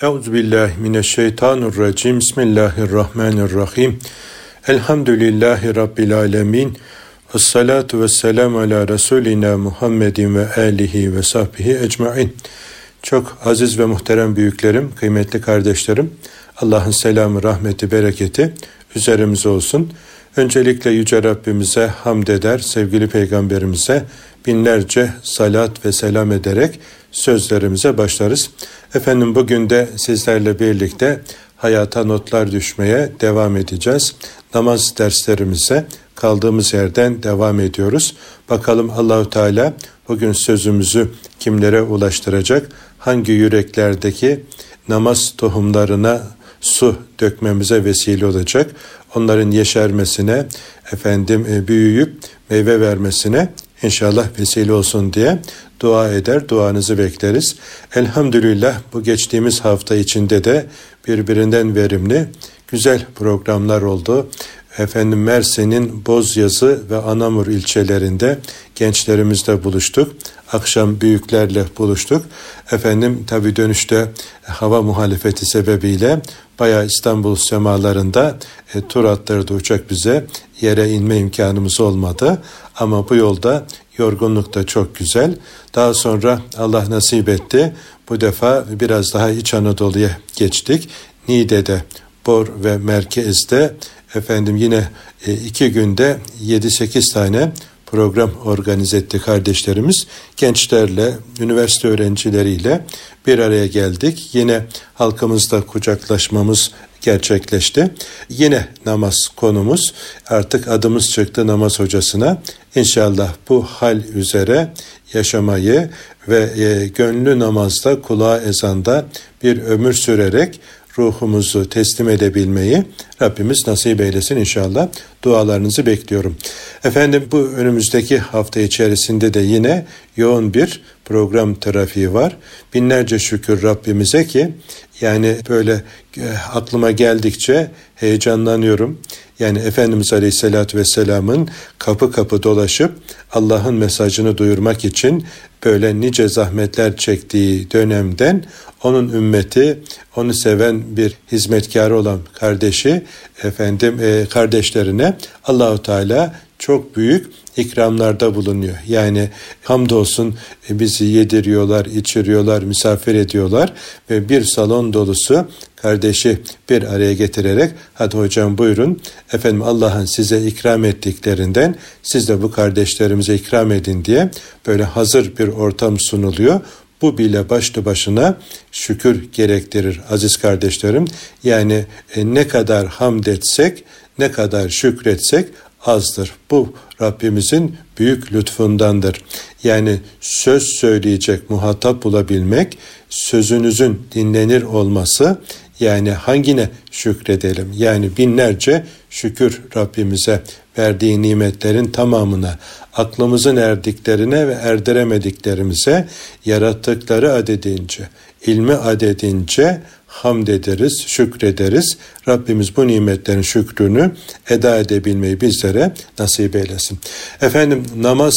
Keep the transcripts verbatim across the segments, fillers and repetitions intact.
Euzubillahimineşşeytanirracim. Bismillahirrahmanirrahim. Elhamdülillahi Rabbil alemin. Vessalatu vesselamu ala Resulina Muhammedin ve alihi ve sahbihi ecmain. Çok aziz ve muhterem büyüklerim, kıymetli kardeşlerim, Allah'ın selamı, rahmeti, bereketi üzerimize olsun. Öncelikle Yüce Rabbimize hamd eder, sevgili Peygamberimize binlerce salat ve selam ederek sözlerimize başlarız. Efendim bugün de sizlerle birlikte hayata notlar düşmeye devam edeceğiz. Namaz derslerimize kaldığımız yerden devam ediyoruz. Bakalım Allahu Teala bugün sözümüzü kimlere ulaştıracak? Hangi yüreklerdeki namaz tohumlarına su dökmemize vesile olacak? Onların yeşermesine, efendim büyüyüp meyve vermesine İnşallah vesile olsun diye dua eder, duanızı bekleriz. Elhamdülillah bu geçtiğimiz hafta içinde de birbirinden verimli, güzel programlar oldu. Efendim Mersin'in Bozyazı ve Anamur ilçelerinde gençlerimizle buluştuk. Akşam büyüklerle buluştuk. Efendim tabii dönüşte hava muhalefeti sebebiyle bayağı İstanbul semalarında e, tur attırdı uçak bize. Yere inme imkanımız olmadı. Ama bu yolda yorgunluk da çok güzel. Daha sonra Allah nasip etti. Bu defa biraz daha İç Anadolu'ya geçtik. Niğde'de, Bor ve Merkez'de efendim yine e, iki günde yedi sekiz tane program organize etti kardeşlerimiz. Gençlerle, üniversite öğrencileriyle bir araya geldik. Yine halkımızla kucaklaşmamız gerçekleşti. Yine namaz konumuz. Artık adımız çıktı namaz hocasına. İnşallah bu hal üzere yaşamayı ve e, gönlü namazda, kulağı ezanda bir ömür sürerek ruhumuzu teslim edebilmeyi Rabbimiz nasip eylesin inşallah. Dualarınızı bekliyorum. Efendim bu önümüzdeki hafta içerisinde de yine yoğun bir program trafiği var. Binlerce şükür Rabbimize ki yani böyle e, aklıma geldikçe heyecanlanıyorum. Yani Efendimiz Aleyhisselatü Vesselam'ın kapı kapı dolaşıp Allah'ın mesajını duyurmak için böyle nice zahmetler çektiği dönemden onun ümmeti, onu seven bir hizmetkarı olan kardeşi, efendim e, kardeşlerine Allahu Teala çok büyük ikramlarda bulunuyor. Yani hamdolsun bizi yediriyorlar, içiriyorlar, misafir ediyorlar ve bir salon dolusu kardeşi bir araya getirerek hadi hocam buyurun efendim Allah'ın size ikram ettiklerinden siz de bu kardeşlerimize ikram edin diye böyle hazır bir ortam sunuluyor. Bu bile başlı başına şükür gerektirir aziz kardeşlerim. Yani e, ne kadar hamd etsek, ne kadar şükretsek azdır. Bu Rabbimizin büyük lütfundandır. Yani söz söyleyecek muhatap bulabilmek, sözünüzün dinlenir olması, yani hangine şükredelim? Yani binlerce şükür Rabbimize verdiği nimetlerin tamamına, aklımızın erdiklerine ve erdiremediklerimize yarattıkları adedince, ilmi adedince hamd ederiz, şükrederiz. Rabbimiz bu nimetlerin şükrünü eda edebilmeyi bizlere nasip eylesin. Efendim namaz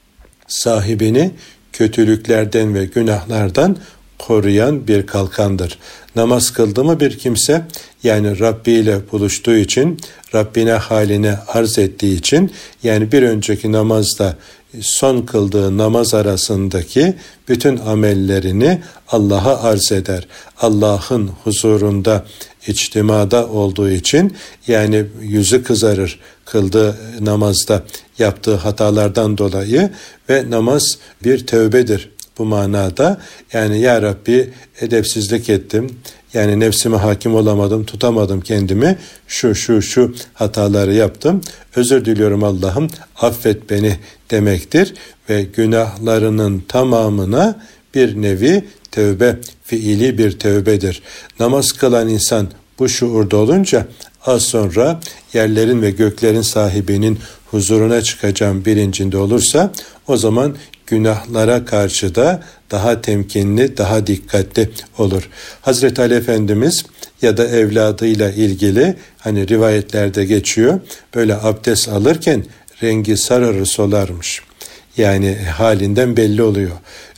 sahibini kötülüklerden ve günahlardan koruyan bir kalkandır. Namaz kıldı mı bir kimse, yani Rabbi ile buluştuğu için, Rabbine halini arz ettiği için, yani bir önceki namazda son kıldığı namaz arasındaki bütün amellerini Allah'a arz eder. Allah'ın huzurunda, içtimada olduğu için, yani yüzü kızarır kıldığı namazda yaptığı hatalardan dolayı ve namaz bir tövbedir. Bu manada yani ya Rabbi edepsizlik ettim, yani nefsime hakim olamadım, tutamadım kendimi, şu şu şu hataları yaptım, özür diliyorum Allah'ım, affet beni demektir ve günahlarının tamamına bir nevi tövbe, fiili bir tövbedir. Namaz kılan insan bu şuurda olunca az sonra yerlerin ve göklerin sahibinin huzuruna çıkacağım bilincinde olursa o zaman günahlara karşı da daha temkinli, daha dikkatli olur. Hazreti Ali Efendimiz ya da evladıyla ilgili hani rivayetlerde geçiyor, böyle abdest alırken rengi sararır solarmış. Yani halinden belli oluyor.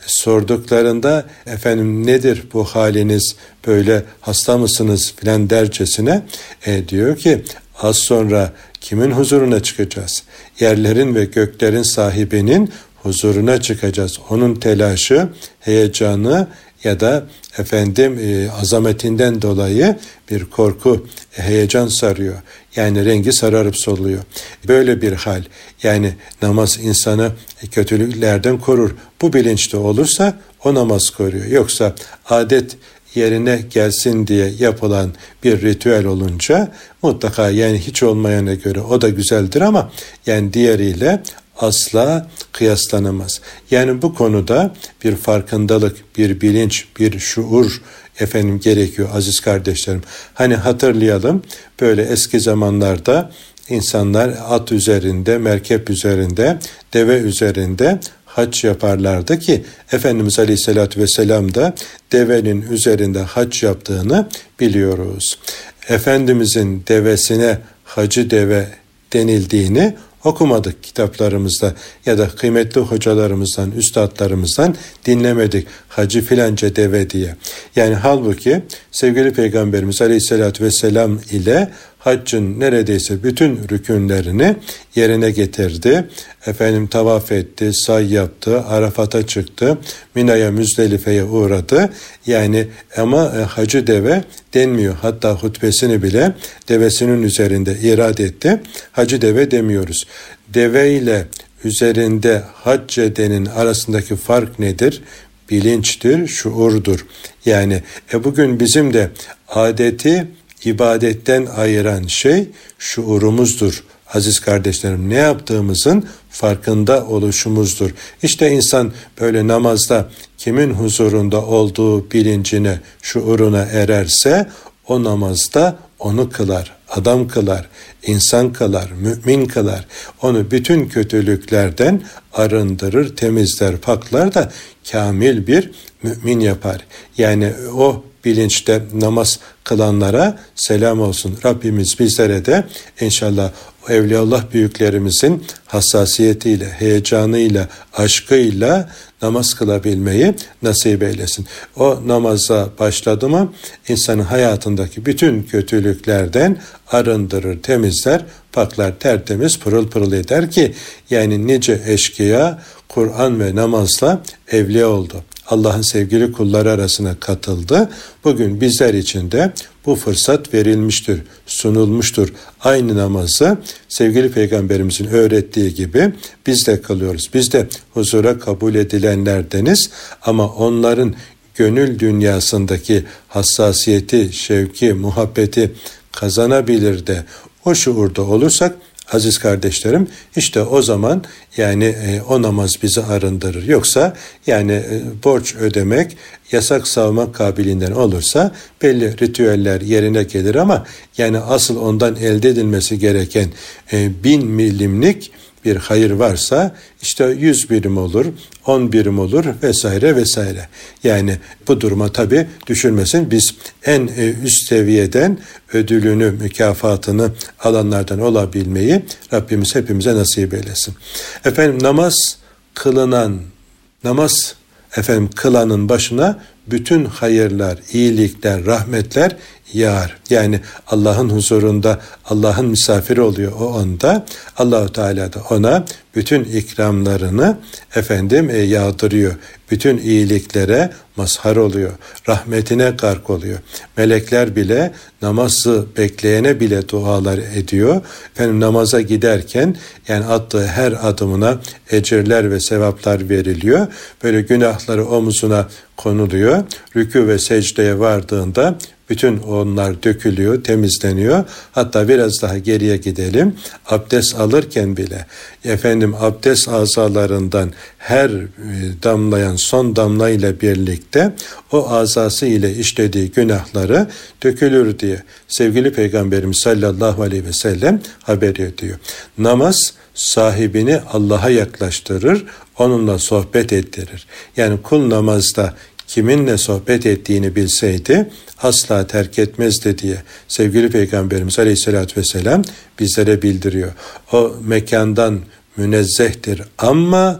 Sorduklarında efendim nedir bu haliniz, böyle hasta mısınız filan dercesine e, diyor ki az sonra kimin huzuruna çıkacağız? Yerlerin ve göklerin sahibinin huzuruna çıkacağız. Onun telaşı, heyecanı ya da efendim e, azametinden dolayı bir korku, e, heyecan sarıyor. Yani rengi sararıp soluyor. Böyle bir hal. Yani namaz insanı kötülüklerden korur. Bu bilinçte olursa o namaz koruyor. Yoksa adet yerine gelsin diye yapılan bir ritüel olunca mutlaka yani hiç olmayana göre o da güzeldir ama yani diğeriyle asla kıyaslanamaz. Yani bu konuda bir farkındalık, bir bilinç, bir şuur efendim gerekiyor aziz kardeşlerim. Hani hatırlayalım, böyle eski zamanlarda insanlar at üzerinde, merkep üzerinde, deve üzerinde hac yaparlardı ki Efendimiz Aleyhisselatü Vesselam da devenin üzerinde hac yaptığını biliyoruz. Efendimizin devesine hacı deve denildiğini okumadık kitaplarımızda ya da kıymetli hocalarımızdan, üstadlarımızdan dinlemedik hacı filanca deve diye. Yani halbuki sevgili Peygamberimiz Aleyhisselatü Vesselam ile haccın neredeyse bütün rükünlerini yerine getirdi. Efendim tavaf etti, say yaptı, Arafat'a çıktı, Mina'ya, Müzdelife'ye uğradı. Yani ama e, hacı deve denmiyor. Hatta hutbesini bile devesinin üzerinde irad etti. Hacı deve demiyoruz. Deve ile üzerinde hac edenin arasındaki fark nedir? Bilinçtir, şuurdur. Yani e, bugün bizim de adeti ibadetten ayıran şey şuurumuzdur. Aziz kardeşlerim, ne yaptığımızın farkında oluşumuzdur. İşte insan böyle namazda kimin huzurunda olduğu bilincine, şuuruna ererse o namazda onu kılar, adam kılar, insan kılar, mümin kılar. Onu bütün kötülüklerden arındırır, temizler, paklar da kamil bir mümin yapar. Yani o bilinçte namaz kılanlara selam olsun. Rabbimiz bizlere de inşallah Evliyaullah büyüklerimizin hassasiyetiyle, heyecanıyla, aşkıyla namaz kılabilmeyi nasip eylesin. O namaza başladı mı insanın hayatındaki bütün kötülüklerden arındırır, temizler, paklar, tertemiz, pırıl pırıl eder ki yani nice eşkıya Kur'an ve namazla evliya oldu. Allah'ın sevgili kulları arasına katıldı. Bugün bizler için de bu fırsat verilmiştir, sunulmuştur. Aynı namazı sevgili Peygamberimizin öğrettiği gibi biz de kılıyoruz. Biz de huzura kabul edilenlerdeniz ama onların gönül dünyasındaki hassasiyeti, şevki, muhabbeti kazanabilir de o şuurda olursak aziz kardeşlerim, işte o zaman yani e, o namaz bizi arındırır. Yoksa yani e, borç ödemek, yasak savmak kabiliğinden olursa belli ritüeller yerine gelir ama yani asıl ondan elde edilmesi gereken e, bin milimlik bir hayır varsa işte yüz birim olur, on birim olur vesaire vesaire. Yani bu duruma tabii düşülmesin. Biz en üst seviyeden ödülünü, mükafatını alanlardan olabilmeyi Rabbimiz hepimize nasip eylesin. Efendim namaz kılınan, namaz efendim kılanın başına bütün hayırlar, iyilikler, rahmetler yağar. Yani Allah'ın huzurunda Allah'ın misafiri oluyor o anda. Allah-u Teala da ona bütün ikramlarını efendim e, yağdırıyor. Bütün iyiliklere mazhar oluyor. Rahmetine gark oluyor. Melekler bile namazı bekleyene bile dualar ediyor. Efendim namaza giderken yani attığı her adımına ecirler ve sevaplar veriliyor. Böyle günahları omuzuna konuluyor. Rükû ve secdeye vardığında bütün onlar dökülüyor, temizleniyor. Hatta biraz daha geriye gidelim. Abdest alırken bile efendim abdest azalarından her damlayan son damla ile birlikte o azası ile işlediği günahları dökülür diye sevgili Peygamberimiz sallallahu aleyhi ve sellem haber ediyor. Namaz sahibini Allah'a yaklaştırır, onunla sohbet ettirir. Yani kul namazda kiminle sohbet ettiğini bilseydi asla terk etmezdi diye sevgili Peygamberimiz Aleyhisselatü Vesselam bizlere bildiriyor. O mekandan münezzehtir ama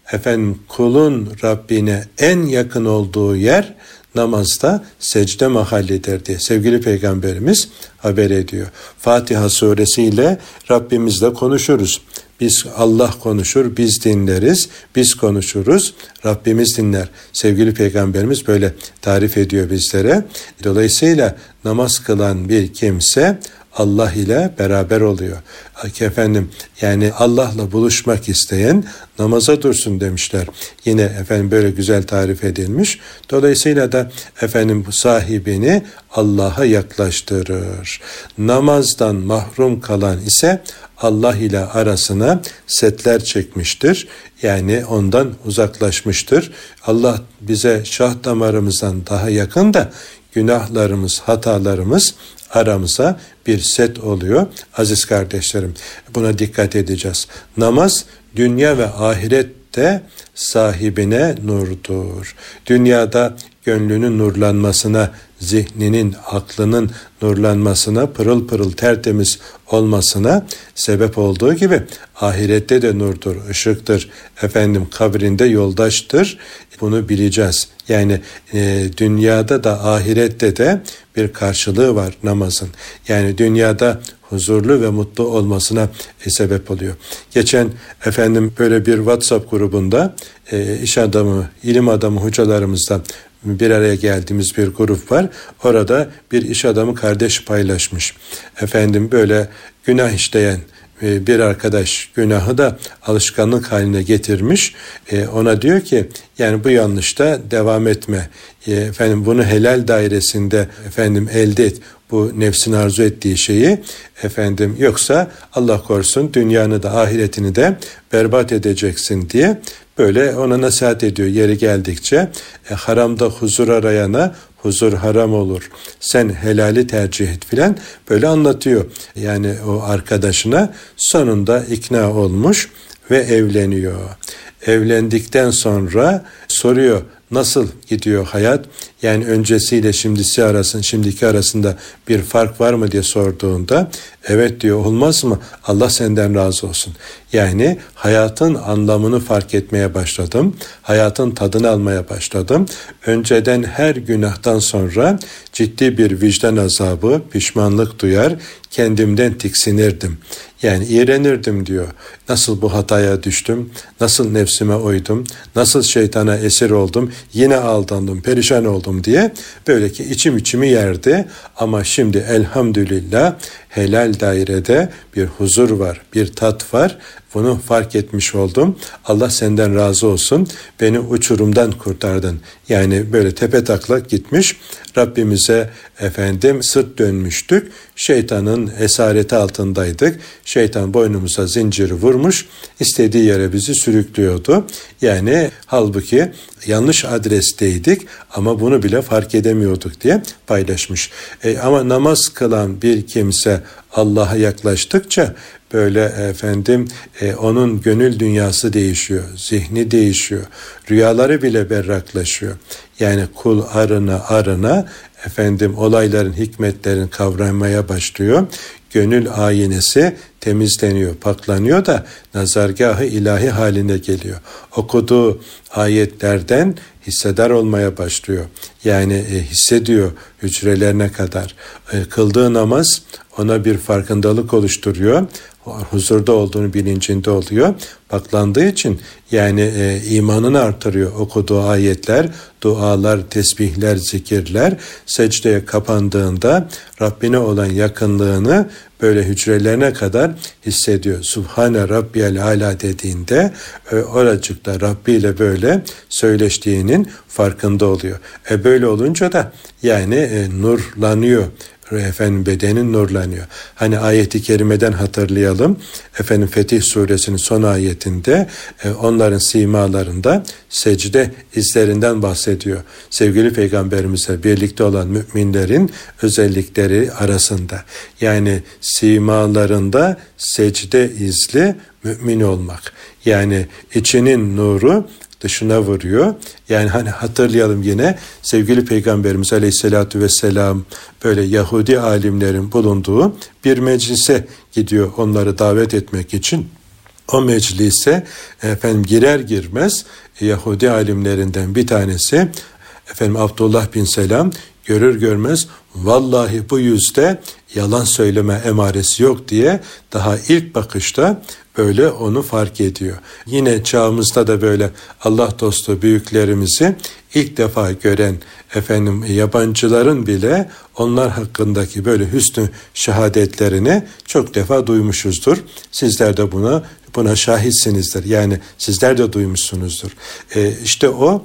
efendim kulun Rabbine en yakın olduğu yer namazda secde mahallidir diye sevgili Peygamberimiz haber ediyor. Fatiha suresiyle Rabbimizle konuşuruz. Biz Allah konuşur, biz dinleriz, biz konuşuruz, Rabbimiz dinler. Sevgili Peygamberimiz böyle tarif ediyor bizlere. Dolayısıyla namaz kılan bir kimse Allah ile beraber oluyor. Efendim yani Allah'la buluşmak isteyen namaza dursun demişler. Yine efendim böyle güzel tarif edilmiş. Dolayısıyla da efendim bu sahibini Allah'a yaklaştırır. Namazdan mahrum kalan ise Allah ile arasına setler çekmiştir. Yani ondan uzaklaşmıştır. Allah bize şah damarımızdan daha yakın da günahlarımız, hatalarımız aramıza bir set oluyor. Aziz kardeşlerim, buna dikkat edeceğiz. Namaz dünya ve ahirette sahibine nurdur. Dünyada gönlünün nurlanmasına, zihninin, aklının nurlanmasına, pırıl pırıl tertemiz olmasına sebep olduğu gibi ahirette de nurdur, ışıktır, efendim kabrinde yoldaştır. Bunu bileceğiz. Yani e, dünyada da ahirette de bir karşılığı var namazın. Yani dünyada huzurlu ve mutlu olmasına e, sebep oluyor. Geçen efendim böyle bir WhatsApp grubunda e, iş adamı, ilim adamı hocalarımızdan bir araya geldiğimiz bir grup var. Orada bir iş adamı kardeş paylaşmış. Efendim böyle günah işleyen bir arkadaş günahı da alışkanlık haline getirmiş. Ona diyor ki yani bu yanlışta devam etme. Efendim bunu helal dairesinde efendim elde et. Bu nefsin arzu ettiği şeyi efendim yoksa Allah korusun dünyanı da ahiretini de berbat edeceksin diye böyle ona nasihat ediyor yeri geldikçe. E, haramda huzur arayana huzur haram olur. Sen helali tercih et filan böyle anlatıyor. Yani o arkadaşına sonunda ikna olmuş ve evleniyor. Evlendikten sonra soruyor nasıl gidiyor hayat? Yani öncesiyle şimdisi arasında, şimdiki arasında bir fark var mı diye sorduğunda evet diyor, olmaz mı? Allah senden razı olsun. Yani hayatın anlamını fark etmeye başladım. Hayatın tadını almaya başladım. Önceden her günahtan sonra ciddi bir vicdan azabı, pişmanlık duyar, kendimden tiksinirdim. Yani iğrenirdim diyor. Nasıl bu hataya düştüm? Nasıl nefsime uydum? Nasıl şeytana esir oldum? Yine aldandım, perişan oldum diye böyle ki içim içimi yerdi. Ama şimdi elhamdülillah helal dairede bir huzur var, bir tat var. Bunu fark etmiş oldum. Allah senden razı olsun. Beni uçurumdan kurtardın. Yani böyle tepe taklak gitmiş. Rabbimize efendim sırt dönmüştük. Şeytanın esareti altındaydık. Şeytan boynumuza zinciri vurmuş. İstediği yere bizi sürüklüyordu. Yani halbuki yanlış adresteydik ama bunu bile fark edemiyorduk diye paylaşmış. E, ama namaz kılan bir kimse Allah'a yaklaştıkça böyle efendim e, onun gönül dünyası değişiyor, zihni değişiyor, rüyaları bile berraklaşıyor. Yani kul arına arına efendim olayların, hikmetlerin kavramaya başlıyor. Gönül aynesi temizleniyor, paklanıyor da nazargahı ilahi haline geliyor. Okuduğu ayetlerden hissedar olmaya başlıyor. Yani e, hissediyor hücrelerine kadar. E, kıldığı namaz ona bir farkındalık oluşturuyor. Huzurda olduğunu bilincinde oluyor. Paklandığı için yani e, imanını artırıyor okuduğu ayetler, dualar, tesbihler, zikirler. Secdeye kapandığında Rabbine olan yakınlığını böyle hücrelerine kadar hissediyor. Subhane Rabbiyel Ala dediğinde e, oracıkta Rabbi ile böyle söyleştiğinin farkında oluyor. E böyle olunca da yani e, nurlanıyor. Efendim bedenin nurlanıyor. Hani ayeti kerimeden hatırlayalım. Efendim Fetih suresinin son ayetinde e, onların simalarında secde izlerinden bahsediyor. Sevgili Peygamberimizle birlikte olan müminlerin özellikleri arasında. Yani simalarında secde izli mümin olmak. Yani içinin nuru dışına vuruyor. Yani hani hatırlayalım yine sevgili Peygamberimiz Aleyhisselatü Vesselam böyle Yahudi alimlerin bulunduğu bir meclise gidiyor onları davet etmek için. O meclise efendim girer girmez Yahudi alimlerinden bir tanesi efendim Abdullah bin Selam görür görmez vallahi bu yüzde yalan söyleme emaresi yok diye daha ilk bakışta böyle onu fark ediyor. Yine çağımızda da böyle Allah dostu büyüklerimizi ilk defa gören efendim yabancıların bile onlar hakkındaki böyle hüsnü şehadetlerini çok defa duymuşuzdur. Sizler de buna buna şahitsinizdir. Yani sizler de duymuşsunuzdur. E, işte o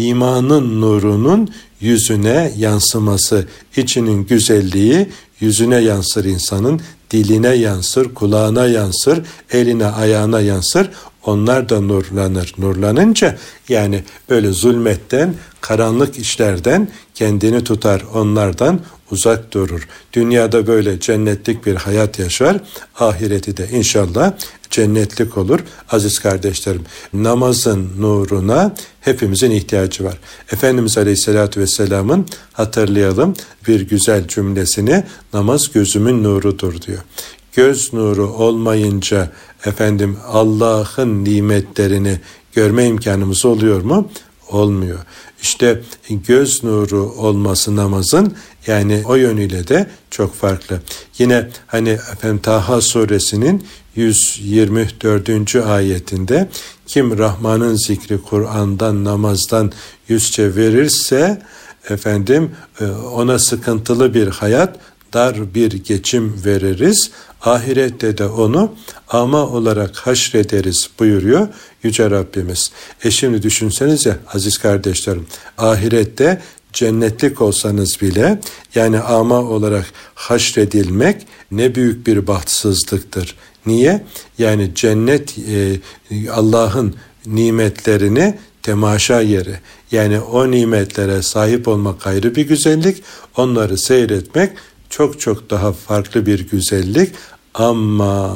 imanın nurunun yüzüne yansıması, içinin güzelliği yüzüne yansır insanın, diline yansır, kulağına yansır, eline ayağına yansır. Onlar da nurlanır. Nurlanınca yani böyle zulmetten, karanlık işlerden kendini tutar, onlardan uzak durur. Dünyada böyle cennetlik bir hayat yaşar, ahireti de inşallah cennetlik olur. Aziz kardeşlerim, namazın nuruna hepimizin ihtiyacı var. Efendimiz Aleyhisselatü Vesselam'ın hatırlayalım bir güzel cümlesini, namaz gözümün nurudur diyor. Göz nuru olmayınca efendim Allah'ın nimetlerini görme imkanımız oluyor mu? Olmuyor. İşte göz nuru olması namazın yani o yönüyle de çok farklı. Yine hani efendim Taha suresinin yüz yirmi dördüncü ayetinde kim Rahman'ın zikri Kur'an'dan, namazdan yüz çevirirse efendim ona sıkıntılı bir hayat, dar bir geçim veririz. Ahirette de onu ama olarak haşrederiz buyuruyor Yüce Rabbimiz. E şimdi düşünsenize aziz kardeşlerim, ahirette cennetlik olsanız bile yani ama olarak haşredilmek ne büyük bir bahtsızlıktır. Niye? Yani cennet e, Allah'ın nimetlerini temaşa yeri. Yani o nimetlere sahip olmak ayrı bir güzellik, onları seyretmek çok çok daha farklı bir güzellik. Ama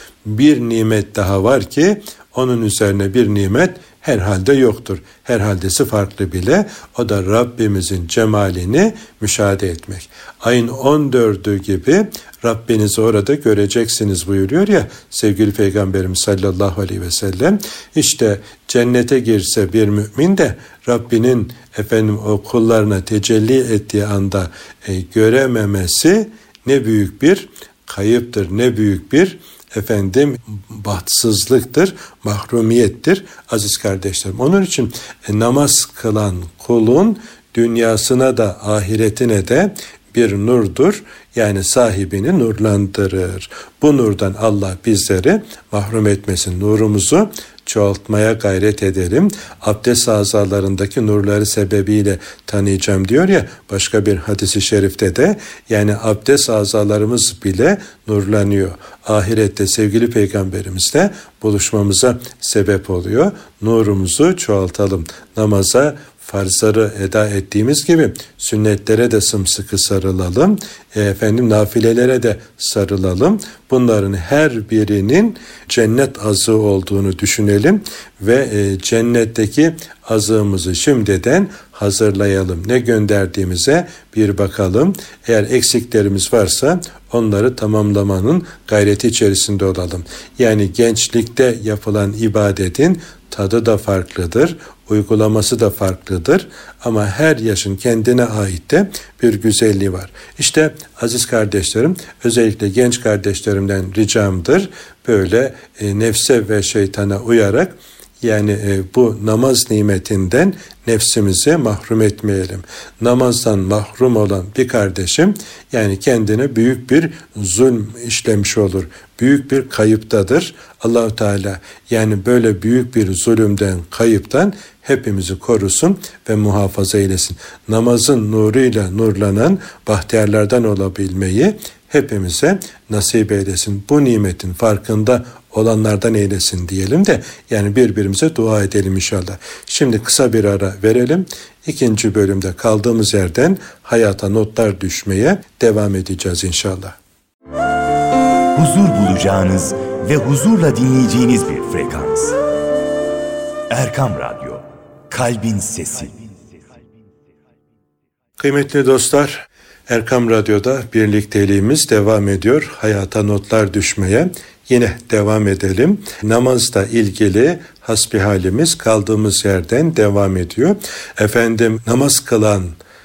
bir nimet daha var ki onun üzerine bir nimet herhalde yoktur. Herhaldesi farklı bile. O da Rabbimizin cemalini müşahede etmek. Ayın on dördü gibi Rabbinizi orada göreceksiniz buyuruyor ya sevgili Peygamberimiz sallallahu aleyhi ve sellem. İşte cennete girse bir mümin de Rabbinin efendim o kullarına tecelli ettiği anda e, görememesi ne büyük bir kayıptır, ne büyük bir efendim bahtsızlıktır, mahrumiyettir aziz kardeşlerim. Onun için e, namaz kılan kulun dünyasına da ahiretine de bir nurdur. Yani sahibini nurlandırır. Bu nurdan Allah bizleri mahrum etmesin. Nurumuzu çoğaltmaya gayret edelim. Abdest azalarındaki nurları sebebiyle tanıyacağım diyor ya başka bir hadis-i şerifte de yani abdest azalarımız bile nurlanıyor. Ahirette sevgili peygamberimizle buluşmamıza sebep oluyor. Nurumuzu çoğaltalım. Namaza farzları eda ettiğimiz gibi sünnetlere de sımsıkı sarılalım. E, efendim nafilelere de sarılalım. Bunların her birinin cennet azığı olduğunu düşünelim ve e, cennetteki azığımızı şimdiden hazırlayalım. Ne gönderdiğimize bir bakalım. Eğer eksiklerimiz varsa onları tamamlamanın gayreti içerisinde olalım. Yani gençlikte yapılan ibadetin tadı da farklıdır, uygulaması da farklıdır ama her yaşın kendine ait de bir güzelliği var. İşte aziz kardeşlerim, özellikle genç kardeşlerimden ricamdır böyle e, nefse ve şeytana uyarak yani e, bu namaz nimetinden nefsimizi mahrum etmeyelim. Namazdan mahrum olan bir kardeşim yani kendine büyük bir zulm işlemiş olur. Büyük bir kayıptadır. Allah-u Teala yani böyle büyük bir zulümden, kayıptan hepimizi korusun ve muhafaza eylesin. Namazın nuruyla nurlanan bahtiyarlardan olabilmeyi hepimize nasip eylesin. Bu nimetin farkında olanlardan eylesin diyelim de yani birbirimize dua edelim inşallah. Şimdi kısa bir ara verelim. İkinci bölümde kaldığımız yerden hayata notlar düşmeye devam edeceğiz inşallah. Huzur bulacağınız ve huzurla dinleyeceğiniz bir frekans. Erkam Radyo, Kalbin Sesi. Kıymetli dostlar, Erkam Radyo'da birlikteliğimiz devam ediyor. Hayata notlar düşmeye. Yine devam edelim. Namazla ilgili hasbihalimiz kaldığımız yerden devam ediyor. Efendim namaz kılan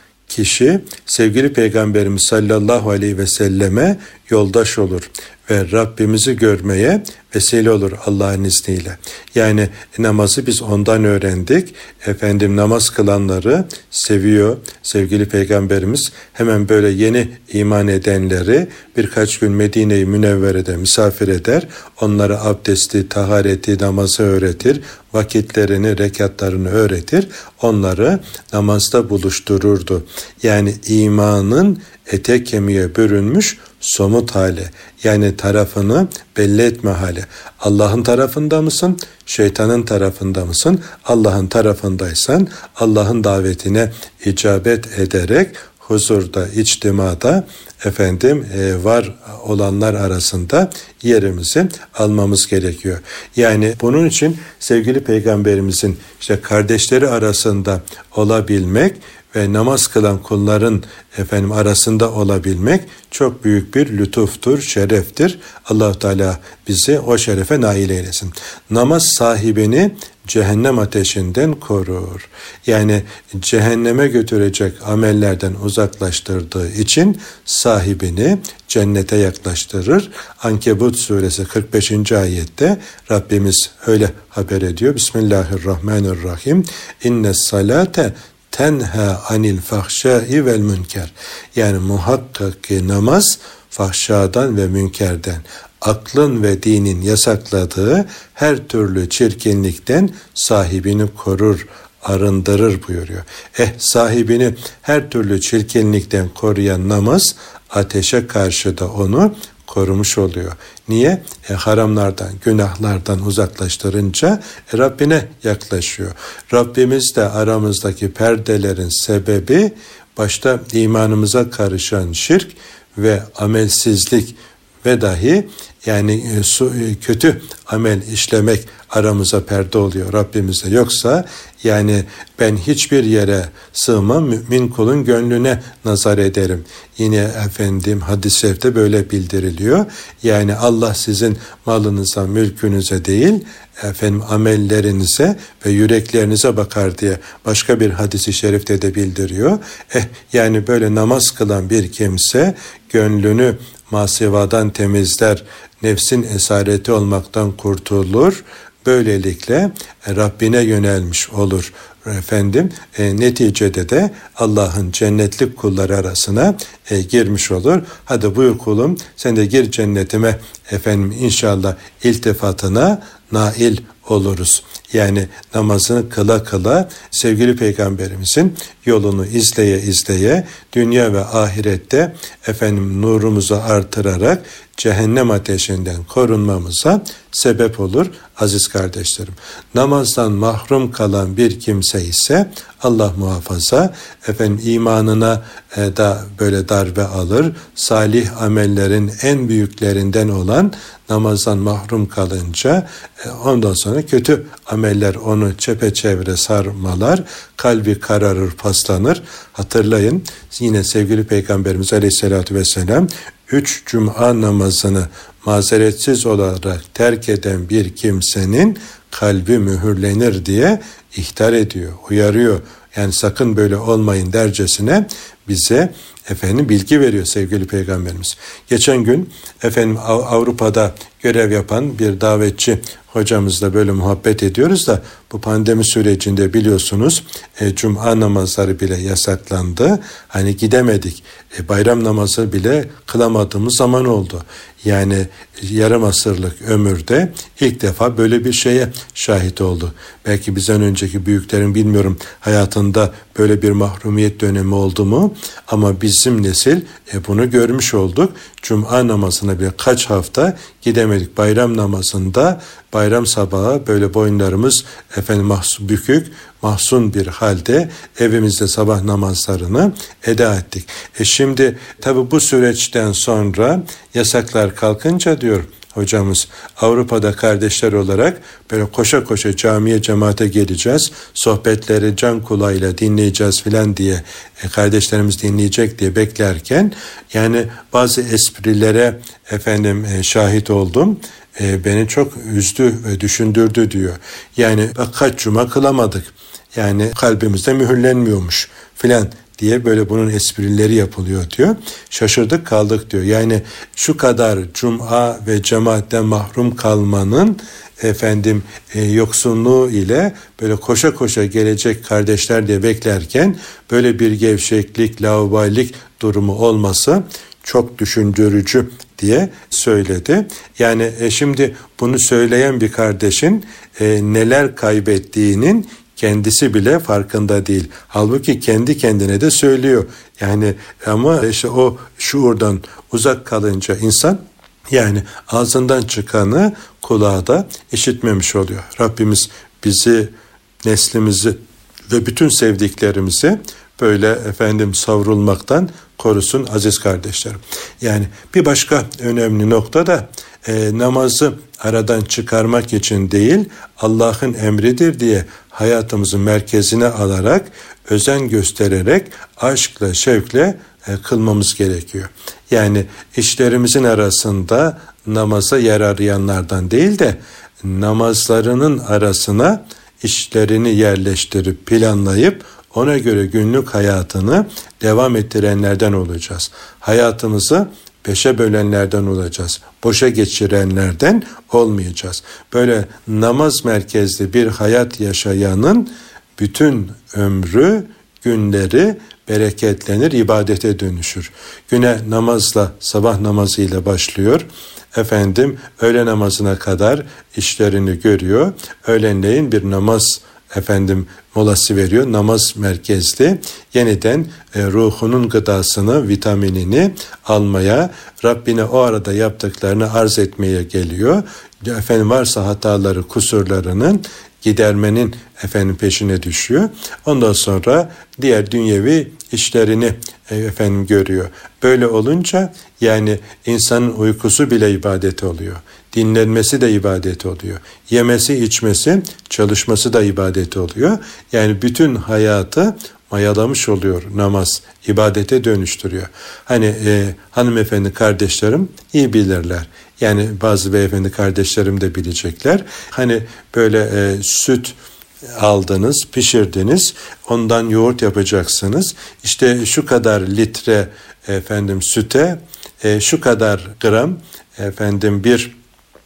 kişi sevgili Peygamberimiz sallallahu aleyhi ve selleme yoldaş olur ve Rabbimizi görmeye vesile olur Allah'ın izniyle. Yani namazı biz ondan öğrendik. Efendim namaz kılanları seviyor. Sevgili Peygamberimiz hemen böyle yeni iman edenleri birkaç gün Medine-i Münevvere'de misafir eder. Onlara abdesti, tahareti, namazı öğretir. Vakitlerini, rekatlarını öğretir. Onları namazda buluştururdu. Yani imanın ete kemiğe bürünmüş somut hali, yani tarafını belli etme hali. Allah'ın tarafında mısın? Şeytanın tarafında mısın? Allah'ın tarafındaysan Allah'ın davetine icabet ederek huzurda, içtimada efendim e, var olanlar arasında yerimizi almamız gerekiyor. Yani bunun için sevgili Peygamberimizin işte kardeşleri arasında olabilmek ve namaz kılan kulların efendim arasında olabilmek çok büyük bir lütuftur, şereftir. Allah-u Teala bizi o şerefe nail eylesin. Namaz sahibini cehennem ateşinden korur. Yani cehenneme götürecek amellerden uzaklaştırdığı için sahibini cennete yaklaştırır. Ankebut suresi kırk beşinci ayette Rabbimiz öyle haber ediyor. Bismillahirrahmanirrahim. İnnes salate tenha anil fahşai vel münker. Yani muhakkak ki namaz fahşadan ve münkerden, aklın ve dinin yasakladığı her türlü çirkinlikten sahibini korur, arındırır buyuruyor. Eh sahibini her türlü çirkinlikten koruyan namaz ateşe karşı da onu korumuş oluyor. Niye? E, haramlardan, günahlardan uzaklaştırınca e, Rabbine yaklaşıyor. Rabbimiz de aramızdaki perdelerin sebebi başta imanımıza karışan şirk ve amelsizlik ve dahi yani e, su, e, kötü amel işlemek aramıza perde oluyor Rabbimizle. Yoksa yani ben hiçbir yere sığmam, mümin kulun gönlüne nazar ederim. Yine efendim hadis-i şerifte böyle bildiriliyor. Yani Allah sizin malınıza, mülkünüze değil, efendim amellerinize ve yüreklerinize bakar diye başka bir hadis-i şerifte de bildiriyor. Eh yani böyle namaz kılan bir kimse gönlünü masivadan temizler, nefsin esareti olmaktan kurtulur. Böylelikle Rabbine yönelmiş olur efendim. E, neticede de Allah'ın cennetlik kulları arasına e, girmiş olur. Hadi buyur kulum sen de gir cennetime efendim inşallah iltifatına nail oluruz. Yani namazını kıla kıla sevgili Peygamberimizin yolunu izleye izleye dünya ve ahirette efendim nurumuzu artırarak cehennem ateşinden korunmamıza sebep olur aziz kardeşlerim. Namazdan mahrum kalan bir kimse ise Allah muhafaza efendim imanına e, da böyle darbe alır. Salih amellerin en büyüklerinden olan namazdan mahrum kalınca e, ondan sonra kötü ameller onu çepeçevre sarmalar, kalbi kararır, paslanır. Hatırlayın yine sevgili Peygamberimiz Aleyhisselatü Vesselam üç cuma namazını mazeretsiz olarak terk eden bir kimsenin kalbi mühürlenir diye ihtar ediyor, uyarıyor. Yani sakın böyle olmayın dercesine bize efendim bilgi veriyor sevgili Peygamberimiz. Geçen gün efendim Avrupa'da görev yapan bir davetçi hocamızla böyle muhabbet ediyoruz da bu pandemi sürecinde biliyorsunuz e, cuma namazları bile yasaklandı. Hani gidemedik. E, bayram namazı bile kılamadığımız zaman oldu. Yani yarım asırlık ömürde ilk defa böyle bir şeye şahit oldu. Belki bizden önceki büyüklerin bilmiyorum hayatında böyle bir mahrumiyet dönemi oldu mu? Ama bizim nesil e, bunu görmüş olduk. Cuma namazına bile kaç hafta gidemedik. Bayram namazında bayram sabahı böyle boynlarımız efendim mahzun, bükük, mahzun bir halde evimizde sabah namazlarını eda ettik. E şimdi tabi bu süreçten sonra yasaklar kalkınca diyor hocamız Avrupa'da kardeşler olarak böyle koşa koşa camiye cemaate geleceğiz. Sohbetleri can kulağıyla dinleyeceğiz filan diye e, kardeşlerimiz dinleyecek diye beklerken yani bazı esprilere efendim e, şahit oldum. e, beni çok üzdü ve düşündürdü diyor. Yani bak kaç cuma kılamadık. Yani kalbimizde mühürlenmiyormuş filan diye böyle bunun esprileri yapılıyor diyor. Şaşırdık kaldık diyor. Yani şu kadar cuma ve cemaatten mahrum kalmanın efendim e, yoksunluğu ile böyle koşa koşa gelecek kardeşler diye beklerken böyle bir gevşeklik, laubalilik durumu olması çok düşündürücü diye söyledi. Yani e, şimdi bunu söyleyen bir kardeşin e, neler kaybettiğinin kendisi bile farkında değil. Halbuki kendi kendine de söylüyor. Yani ama işte o şuurdan uzak kalınca insan yani ağzından çıkanı kulağı da işitmemiş oluyor. Rabbimiz bizi, neslimizi ve bütün sevdiklerimizi böyle efendim savrulmaktan korusun aziz kardeşlerim. Yani bir başka önemli nokta da e, namazı aradan çıkarmak için değil, Allah'ın emridir diye hayatımızın merkezine alarak, özen göstererek, aşkla, şevkle e, kılmamız gerekiyor. Yani işlerimizin arasında namaza yer arayanlardan değil de namazlarının arasına işlerini yerleştirip planlayıp ona göre günlük hayatını devam ettirenlerden olacağız. Hayatımızı beşe bölenlerden olacağız. Boşa geçirenlerden olmayacağız. Böyle namaz merkezli bir hayat yaşayanın bütün ömrü, günleri bereketlenir, ibadete dönüşür. Güne namazla, sabah namazıyla başlıyor. Efendim öğle namazına kadar işlerini görüyor. Öğlenleyin bir namaz efendim molası veriyor. Namaz merkezli yeniden e, ruhunun gıdasını, vitaminini almaya, Rabbine o arada yaptıklarını arz etmeye geliyor. Efendim varsa hataları, kusurlarının gidermenin efendim peşine düşüyor. Ondan sonra diğer dünyevi işlerini e, efendim görüyor. Böyle olunca yani insanın uykusu bile ibadet oluyor. Dinlenmesi de ibadet oluyor. Yemesi, içmesi, çalışması da ibadet oluyor. Yani bütün hayatı mayalamış oluyor namaz. İbadete dönüştürüyor. Hani e, hanımefendi kardeşlerim iyi bilirler. Yani bazı beyefendi kardeşlerim de bilecekler. Hani böyle e, süt aldınız, pişirdiniz, ondan yoğurt yapacaksınız. İşte şu kadar litre efendim süte, e, şu kadar gram efendim bir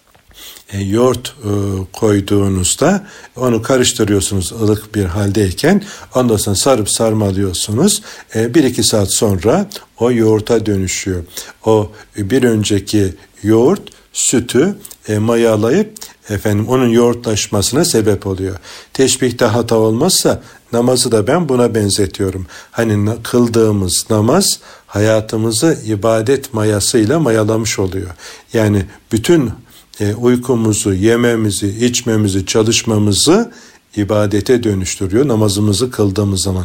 E, yoğurt e, koyduğunuzda onu karıştırıyorsunuz ılık bir haldeyken, ondan sonra sarıp sarmalıyorsunuz. E, bir iki saat sonra o yoğurta dönüşüyor. O bir önceki yoğurt sütü e, mayalayıp efendim onun yoğurtlaşmasına sebep oluyor. Teşbihte hata olmazsa namazı da ben buna benzetiyorum. Hani kıldığımız namaz hayatımızı ibadet mayasıyla mayalamış oluyor. Yani bütün E, uykumuzu, yememizi, içmemizi, çalışmamızı ibadete dönüştürüyor namazımızı kıldığımız zaman.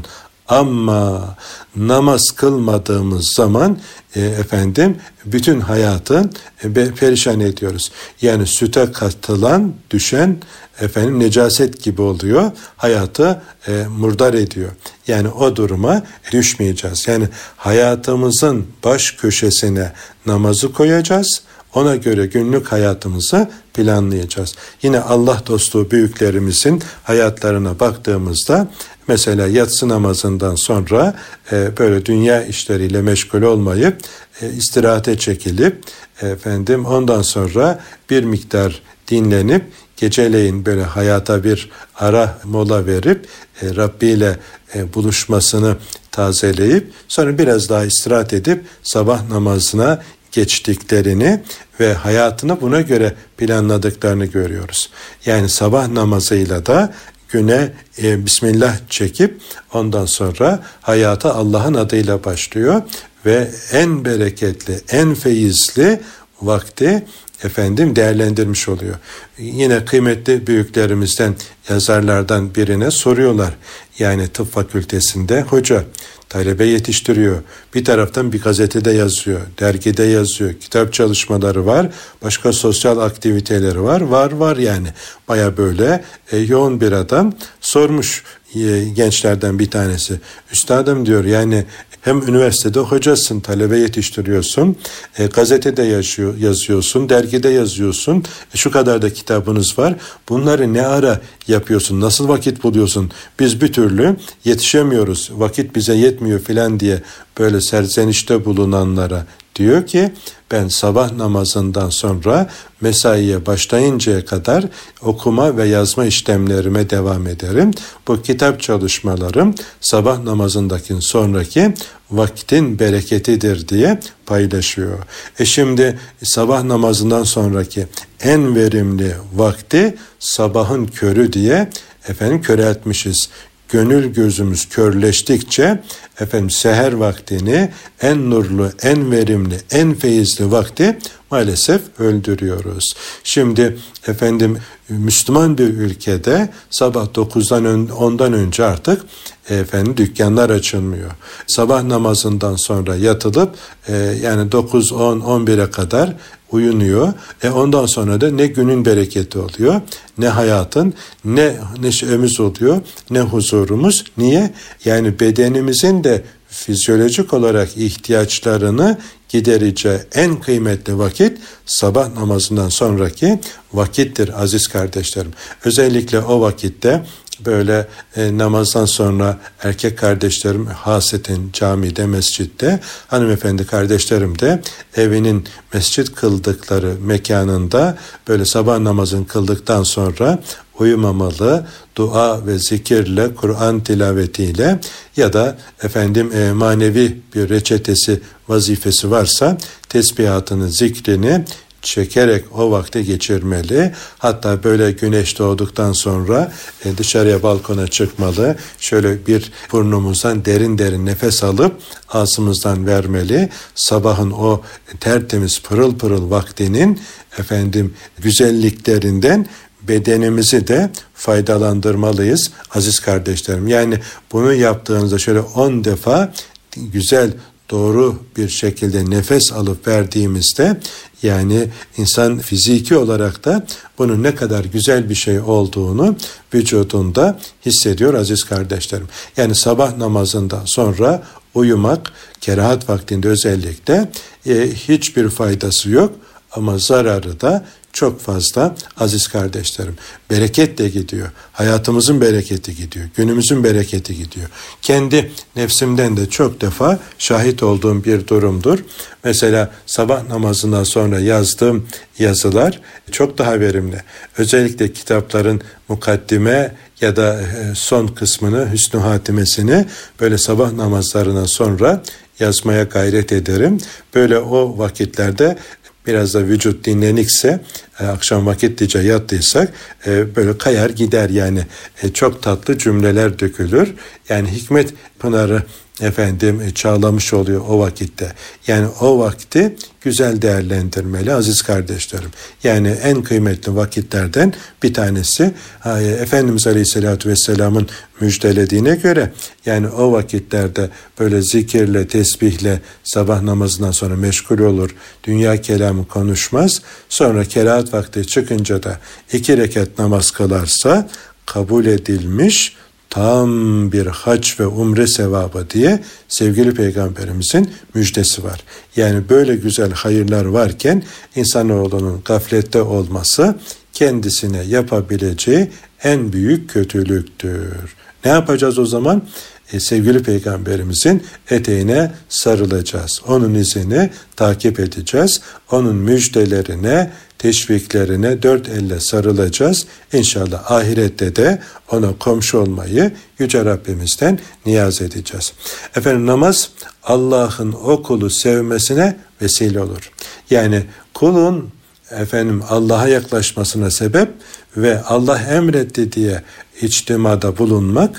Ama namaz kılmadığımız zaman e, efendim bütün hayatı e, perişan ediyoruz. Yani süte katılan, düşen efendim necaset gibi oluyor. Hayatı e, murdar ediyor. Yani o duruma düşmeyeceğiz. Yani hayatımızın baş köşesine namazı koyacağız. Ona göre günlük hayatımızı planlayacağız. Yine Allah dostu büyüklerimizin hayatlarına baktığımızda mesela yatsı namazından sonra e, böyle dünya işleriyle meşgul olmayıp e, istirahate çekilip e, efendim ondan sonra bir miktar dinlenip geceleyin böyle hayata bir ara mola verip e, Rabbi ile e, buluşmasını tazeleyip sonra biraz daha istirahat edip sabah namazına geçtiklerini ve hayatını buna göre planladıklarını görüyoruz. Yani sabah namazıyla da güne e, Bismillah çekip ondan sonra hayata Allah'ın adıyla başlıyor ve en bereketli, en feyizli vakti efendim değerlendirmiş oluyor. Yine kıymetli büyüklerimizden, yazarlardan birine soruyorlar. Yani tıp fakültesinde hoca talebe yetiştiriyor. Bir taraftan bir gazetede yazıyor, dergide yazıyor, kitap çalışmaları var, başka sosyal aktiviteleri var, var var yani. Baya böyle e, yoğun bir adam. Sormuş e, gençlerden bir tanesi. Üstadım diyor yani Hem üniversitede hocasın, talebe yetiştiriyorsun, e, gazetede yaşıyor, yazıyorsun, dergide yazıyorsun, e, şu kadar da kitabınız var. Bunları ne ara yapıyorsun, nasıl vakit buluyorsun? Biz bir türlü yetişemiyoruz, vakit bize yetmiyor filan diye böyle serzenişte bulunanlara diyor ki, ben sabah namazından sonra mesaiye başlayıncaya kadar okuma ve yazma işlemlerime devam ederim. Bu kitap çalışmalarım sabah namazındaki sonraki vaktin bereketidir diye paylaşıyor. E şimdi sabah namazından sonraki en verimli vakti sabahın körü diye efendim köreltmişiz. Gönül gözümüz körleştikçe efendim seher vaktini, en nurlu, en verimli, en feyizli vakti maalesef öldürüyoruz. Şimdi efendim Müslüman bir ülkede sabah dokuzdan ondan önce artık efendim dükkanlar açılmıyor. Sabah namazından sonra yatılıp e, yani dokuz, on, on bire kadar uyunuyor. E ondan sonra da ne günün bereketi oluyor, ne hayatın, ne neşemiz oluyor, ne huzurumuz. Niye? Yani bedenimizin de fizyolojik olarak ihtiyaçlarını gidereceği en kıymetli vakit sabah namazından sonraki vakittir aziz kardeşlerim. Özellikle o vakitte böyle e, namazdan sonra erkek kardeşlerim haseten camide, mescitte, hanımefendi kardeşlerim de evinin mescit kıldıkları mekanında böyle sabah namazını kıldıktan sonra uyumamalı, dua ve zikirle, Kur'an tilavetiyle ya da efendim e, manevi bir reçetesi, vazifesi varsa tesbihatını, zikrini çekerek o vakti geçirmeli. Hatta böyle güneş doğduktan sonra e, dışarıya, balkona çıkmalı. Şöyle bir burnumuzdan derin derin nefes alıp ağzımızdan vermeli. Sabahın o tertemiz pırıl pırıl vaktinin efendim güzelliklerinden bedenimizi de faydalandırmalıyız aziz kardeşlerim. Yani bunu yaptığınızda şöyle on defa güzel, doğru bir şekilde nefes alıp verdiğimizde yani insan fiziki olarak da bunun ne kadar güzel bir şey olduğunu vücudunda hissediyor aziz kardeşlerim. Yani sabah namazından sonra uyumak kerahat vaktinde özellikle e, hiçbir faydası yok ama zararı da çok fazla aziz kardeşlerim. Bereket de gidiyor. Hayatımızın bereketi gidiyor. Günümüzün bereketi gidiyor. Kendi nefsimden de çok defa şahit olduğum bir durumdur. Mesela sabah namazından sonra yazdığım yazılar çok daha verimli. Özellikle kitapların mukaddime ya da son kısmını, hüsnü hatimesini böyle sabah namazlarına sonra yazmaya gayret ederim. Böyle o vakitlerde biraz da vücut dinlenikse, e, akşam vakitlice yattıysak e, böyle kayar gider yani e, çok tatlı cümleler dökülür. Yani hikmet pınarı efendim e, çağlamış oluyor o vakitte. Yani o vakti güzel değerlendirmeli aziz kardeşlerim. Yani en kıymetli vakitlerden bir tanesi e, Efendimiz Aleyhisselatü Vesselam'ın müjdelediğine göre yani o vakitlerde böyle zikirle, tesbihle sabah namazından sonra meşgul olur, dünya kelamı konuşmaz, sonra kerahat vakti çıkınca da iki rekat namaz kılarsa kabul edilmiş tam bir hac ve umre sevabı diye sevgili Peygamberimizin müjdesi var. Yani böyle güzel hayırlar varken insanoğlunun gaflette olması kendisine yapabileceği en büyük kötülüktür. Ne yapacağız o zaman? E, sevgili Peygamberimizin eteğine sarılacağız. Onun izini takip edeceğiz. Onun müjdelerine, teşviklerine dört elle sarılacağız. İnşallah ahirette de ona komşu olmayı Yüce Rabbimizden niyaz edeceğiz. Efendim namaz Allah'ın o kulu sevmesine vesile olur. Yani kulun efendim Allah'a yaklaşmasına sebep ve Allah emretti diye içtimada bulunmak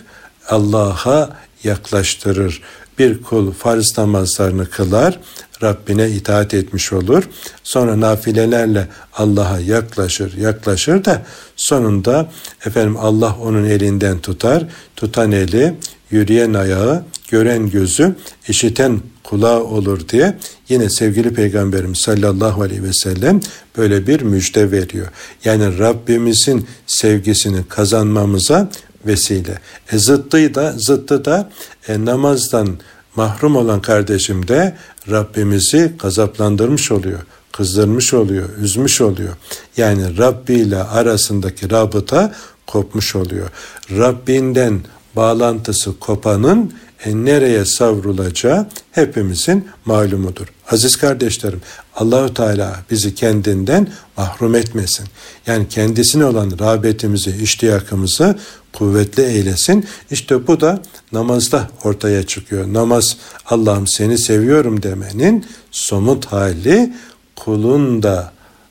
Allah'a yaklaştırır. Bir kul farz namazlarını kılar, Rabbine itaat etmiş olur. Sonra nafilelerle Allah'a yaklaşır, yaklaşır da sonunda efendim Allah onun elinden tutar. Tutan eli, yürüyen ayağı, gören gözü, işiten kulağı olur diye yine sevgili Peygamberimiz sallallahu aleyhi ve sellem böyle bir müjde veriyor. Yani Rabbimizin sevgisini kazanmamıza vesile. E zıttı da, zıttı da e, namazdan Mahrum olan kardeşim de Rabbimizi gazaplandırmış oluyor, kızdırmış oluyor, üzmüş oluyor. Yani Rabbi ile arasındaki rabıta kopmuş oluyor. Rabbinden bağlantısı kopanın e, nereye savrulacağı hepimizin malumudur. Aziz kardeşlerim, Allahu Teala bizi kendinden mahrum etmesin. Yani kendisine olan rağbetimizi, iştiyakımızı kuvvetli eylesin. İşte bu da namazda ortaya çıkıyor. Namaz, Allah'ım seni seviyorum demenin somut hali, kulun da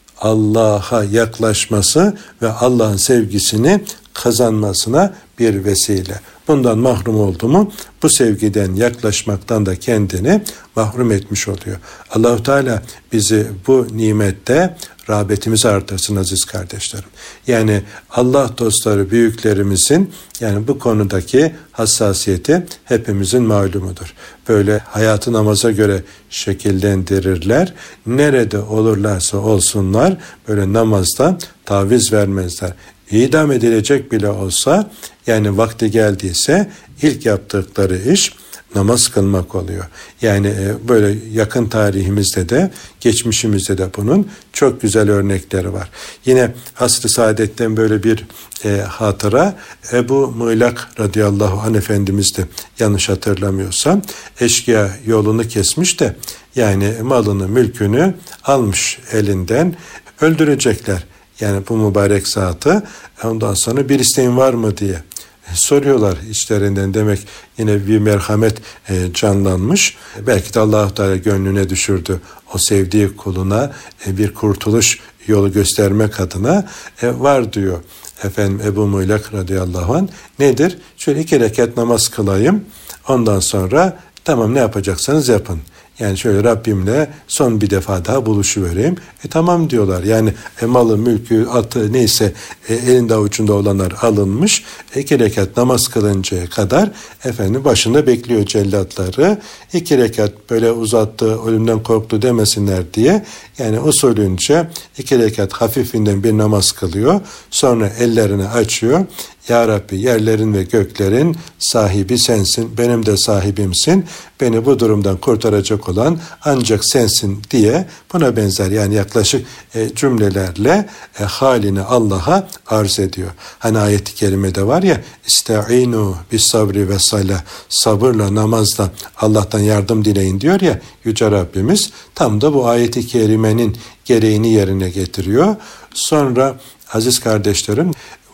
Allah'a yaklaşması ve Allah'ın sevgisini kazanmasına bir vesile. Bundan mahrum oldu mu bu sevgiden yaklaşmaktan da kendini mahrum etmiş oluyor. Allahu Teala bizi bu nimette rağbetimizi artırsın aziz kardeşlerim. Yani Allah dostları büyüklerimizin yani bu konudaki hassasiyeti hepimizin malumudur. Böyle hayatı namaza göre şekillendirirler. Nerede olurlarsa olsunlar böyle namazda taviz vermezler. İdam edilecek bile olsa yani vakti geldiyse ilk yaptıkları iş namaz kılmak oluyor. Yani böyle yakın tarihimizde de geçmişimizde de bunun çok güzel örnekleri var. Yine Asr-ı Saadet'ten böyle bir e, hatıra Ebu Muğlak radıyallahu anh Efendimiz de yanlış hatırlamıyorsam eşkıya yolunu kesmiş de yani malını mülkünü almış elinden öldürecekler. Yani bu mübarek zatı ondan sonra bir isteğin var mı diye soruyorlar içlerinden. Demek yine bir merhamet e, canlanmış. Belki de Allah-u Teala gönlüne düşürdü. O sevdiği kuluna e, bir kurtuluş yolu göstermek adına e, var diyor. Efendim Ebu Muğlak radıyallahu anh nedir? Şöyle iki rekat namaz kılayım. Ondan sonra tamam ne yapacaksanız yapın. Yani şöyle Rabbimle son bir defa daha buluşuvereyim. E tamam diyorlar. Yani e, malı, mülkü, atı neyse e, elinde avucunda olanlar alınmış. E, iki rekat namaz kılıncaya kadar efendim başında bekliyor cellatları. İki rekat böyle uzattı, ölümden korktu demesinler diye. Yani usulünce iki rekat hafifinden bir namaz kılıyor. Sonra ellerini açıyor. Ya Rabbi yerlerin ve göklerin sahibi sensin, benim de sahibimsin. Beni bu durumdan kurtaracak olan ancak sensin diye buna benzer yani yaklaşık e, cümlelerle e, halini Allah'a arz ediyor. Hani ayet-i kerimede var ya İsta'inu bis sabri ve salah, sabırla namazla Allah'tan yardım dileyin diyor ya Yüce Rabbimiz, tam da bu ayet-i kerimenin gereğini yerine getiriyor. Sonra aziz kardeşlerim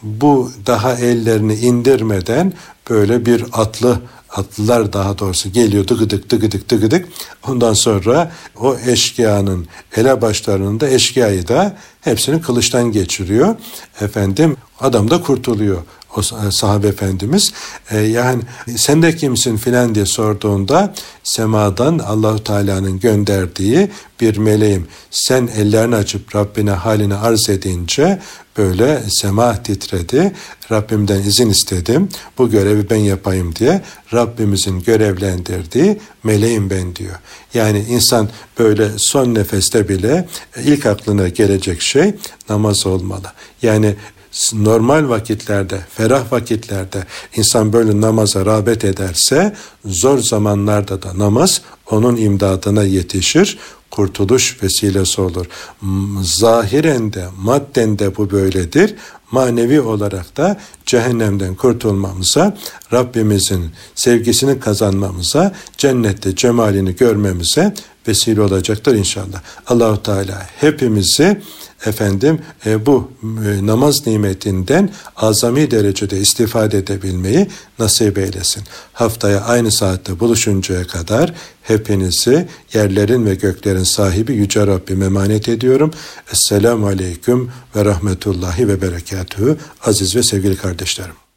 bu daha ellerini indirmeden böyle bir atlı, atlılar daha doğrusu geliyor dıgıdık dıgıdık dıgıdık. Ondan sonra o eşkıyanın elebaşlarının da eşkıyayı da hepsini kılıçtan geçiriyor. Efendim adam da kurtuluyor. O sahabe efendimiz e, yani sen de kimsin filan diye sorduğunda semadan Allahu Teala'nın gönderdiği bir meleğim. Sen ellerini açıp Rabbine halini arz edince böyle sema titredi. Rabbimden izin istedim. Bu görevi ben yapayım diye Rabbimizin görevlendirdiği meleğim ben diyor. Yani insan böyle son nefeste bile ilk aklına gelecek şey namaz olmalı. Yani normal vakitlerde, ferah vakitlerde insan böyle namaza rağbet ederse zor zamanlarda da namaz onun imdadına yetişir, kurtuluş vesilesi olur. Zahiren de, madden de bu böyledir. Manevi olarak da cehennemden kurtulmamıza, Rabbimizin sevgisini kazanmamıza, cennette cemalini görmemize vesile olacaktır inşallah. Allahu Teala hepimizi efendim e, bu e, namaz nimetinden azami derecede istifade edebilmeyi nasip eylesin. Haftaya aynı saatte buluşuncaya kadar hepinizi yerlerin ve göklerin sahibi Yüce Rabbime emanet ediyorum. Esselamu Aleyküm ve Rahmetullahi ve Berekatuhu. Aziz ve sevgili kardeşlerim.